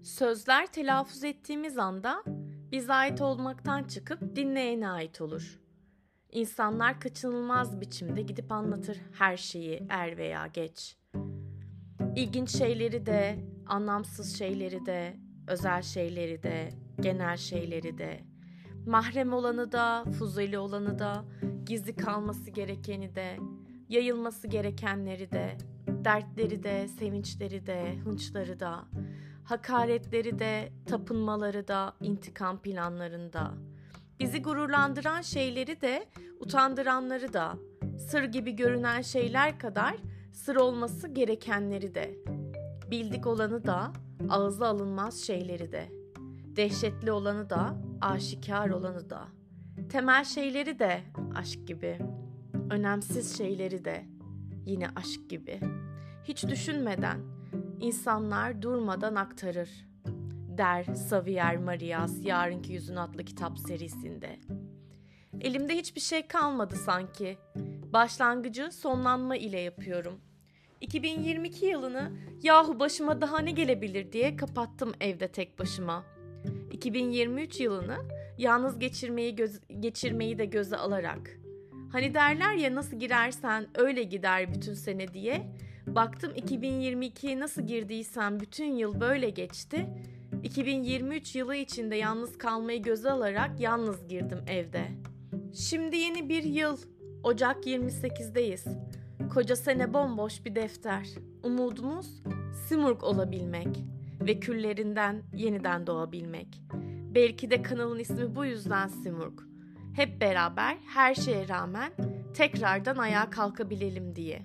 Sözler telaffuz ettiğimiz anda bize ait olmaktan çıkıp dinleyene ait olur. İnsanlar kaçınılmaz biçimde gidip anlatır her şeyi er veya geç. İlginç şeyleri de, anlamsız şeyleri de, özel şeyleri de, genel şeyleri de, mahrem olanı da, fuzuli olanı da, gizli kalması gerekeni de, yayılması gerekenleri de, dertleri de, sevinçleri de, hınçları da, hakaretleri de, tapınmaları da, intikam planlarında, bizi gururlandıran şeyleri de, utandıranları da, sır gibi görünen şeyler kadar sır olması gerekenleri de, bildik olanı da, ağza alınmaz şeyleri de, dehşetli olanı da, aşikar olanı da, temel şeyleri de aşk gibi, önemsiz şeyleri de yine aşk gibi. Hiç düşünmeden, insanlar durmadan aktarır, der Xavier Marias Yarınki Yüzün adlı kitap serisinde. Elimde hiçbir şey kalmadı sanki. Başlangıcı sonlanma ile yapıyorum. 2022 yılını yahu başıma daha ne gelebilir diye kapattım evde tek başıma. 2023 yılını yalnız geçirmeyi de göze alarak. Hani derler ya nasıl girersen öyle gider bütün sene diye. Baktım 2022'ye nasıl girdiysem bütün yıl böyle geçti. 2023 yılı içinde yalnız kalmayı göze alarak yalnız girdim evde. Şimdi yeni bir yıl. Ocak 28'deyiz. Koca sene bomboş bir defter. Umudumuz Simurg olabilmek ve küllerinden yeniden doğabilmek. Belki de kanalın ismi bu yüzden Simurg. Hep beraber her şeye rağmen tekrardan ayağa kalkabilelim diye.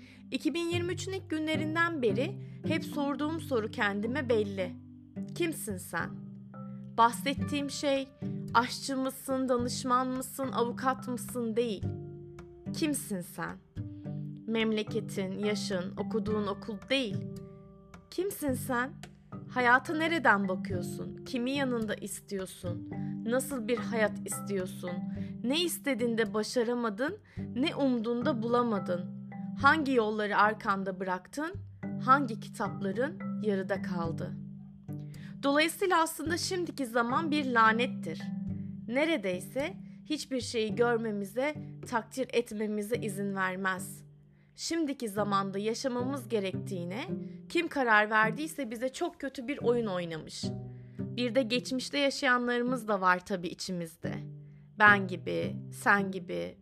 2023'ün ilk günlerinden beri hep sorduğum soru kendime belli. Kimsin sen? Bahsettiğim şey aşçı mısın, danışman mısın, avukat mısın değil. Kimsin sen? Memleketin, yaşın, okuduğun okul değil. Kimsin sen? Hayata nereden bakıyorsun? Kimi yanında istiyorsun? Nasıl bir hayat istiyorsun? Ne istediğinde başaramadın, ne umduğunda bulamadın? Hangi yolları arkanda bıraktın? Hangi kitapların yarıda kaldı? Dolayısıyla aslında şimdiki zaman bir lanettir. Neredeyse hiçbir şeyi görmemize, takdir etmemize izin vermez. Şimdiki zamanda yaşamamız gerektiğine kim karar verdiyse bize çok kötü bir oyun oynamış. Bir de geçmişte yaşayanlarımız da var tabii içimizde. Ben gibi, sen gibi,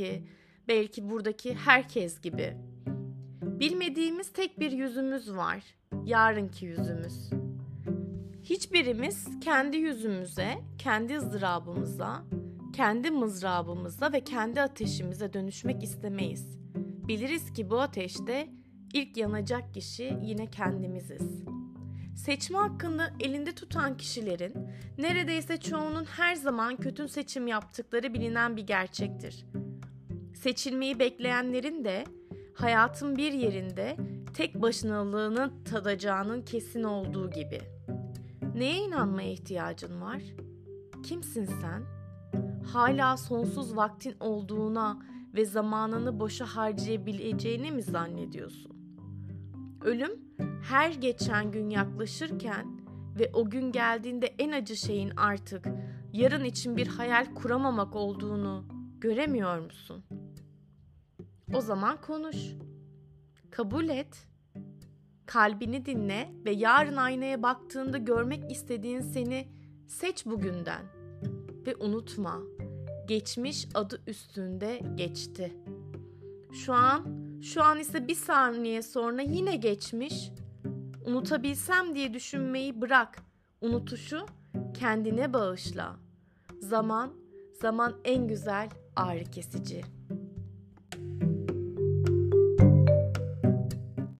belki buradaki herkes gibi. Bilmediğimiz tek bir yüzümüz var. Yarınki yüzümüz. Hiçbirimiz kendi yüzümüze, kendi ızdırabımıza, kendi mızrabımıza ve kendi ateşimize dönüşmek istemeyiz. Biliriz ki bu ateşte ilk yanacak kişi yine kendimiziz. Seçme hakkını elinde tutan kişilerin neredeyse çoğunun her zaman kötü seçim yaptıkları bilinen bir gerçektir. Seçilmeyi bekleyenlerin de hayatın bir yerinde tek başınalığını tadacağının kesin olduğu gibi. Neye inanmaya ihtiyacın var? Kimsin sen? Hala sonsuz vaktin olduğuna ve zamanını boşa harcayabileceğini mi zannediyorsun? Ölüm her geçen gün yaklaşırken ve o gün geldiğinde en acı şeyin artık yarın için bir hayal kuramamak olduğunu göremiyor musun? O zaman konuş. Kabul et. Kalbini dinle ve yarın aynaya baktığında görmek istediğin seni seç bugünden. Ve unutma, geçmiş adı üstünde geçti. Şu an ise bir saniye sonra yine geçmiş. Unutabilsem diye düşünmeyi bırak. Unutuşu kendine bağışla. Zaman en güzel ağrı kesici.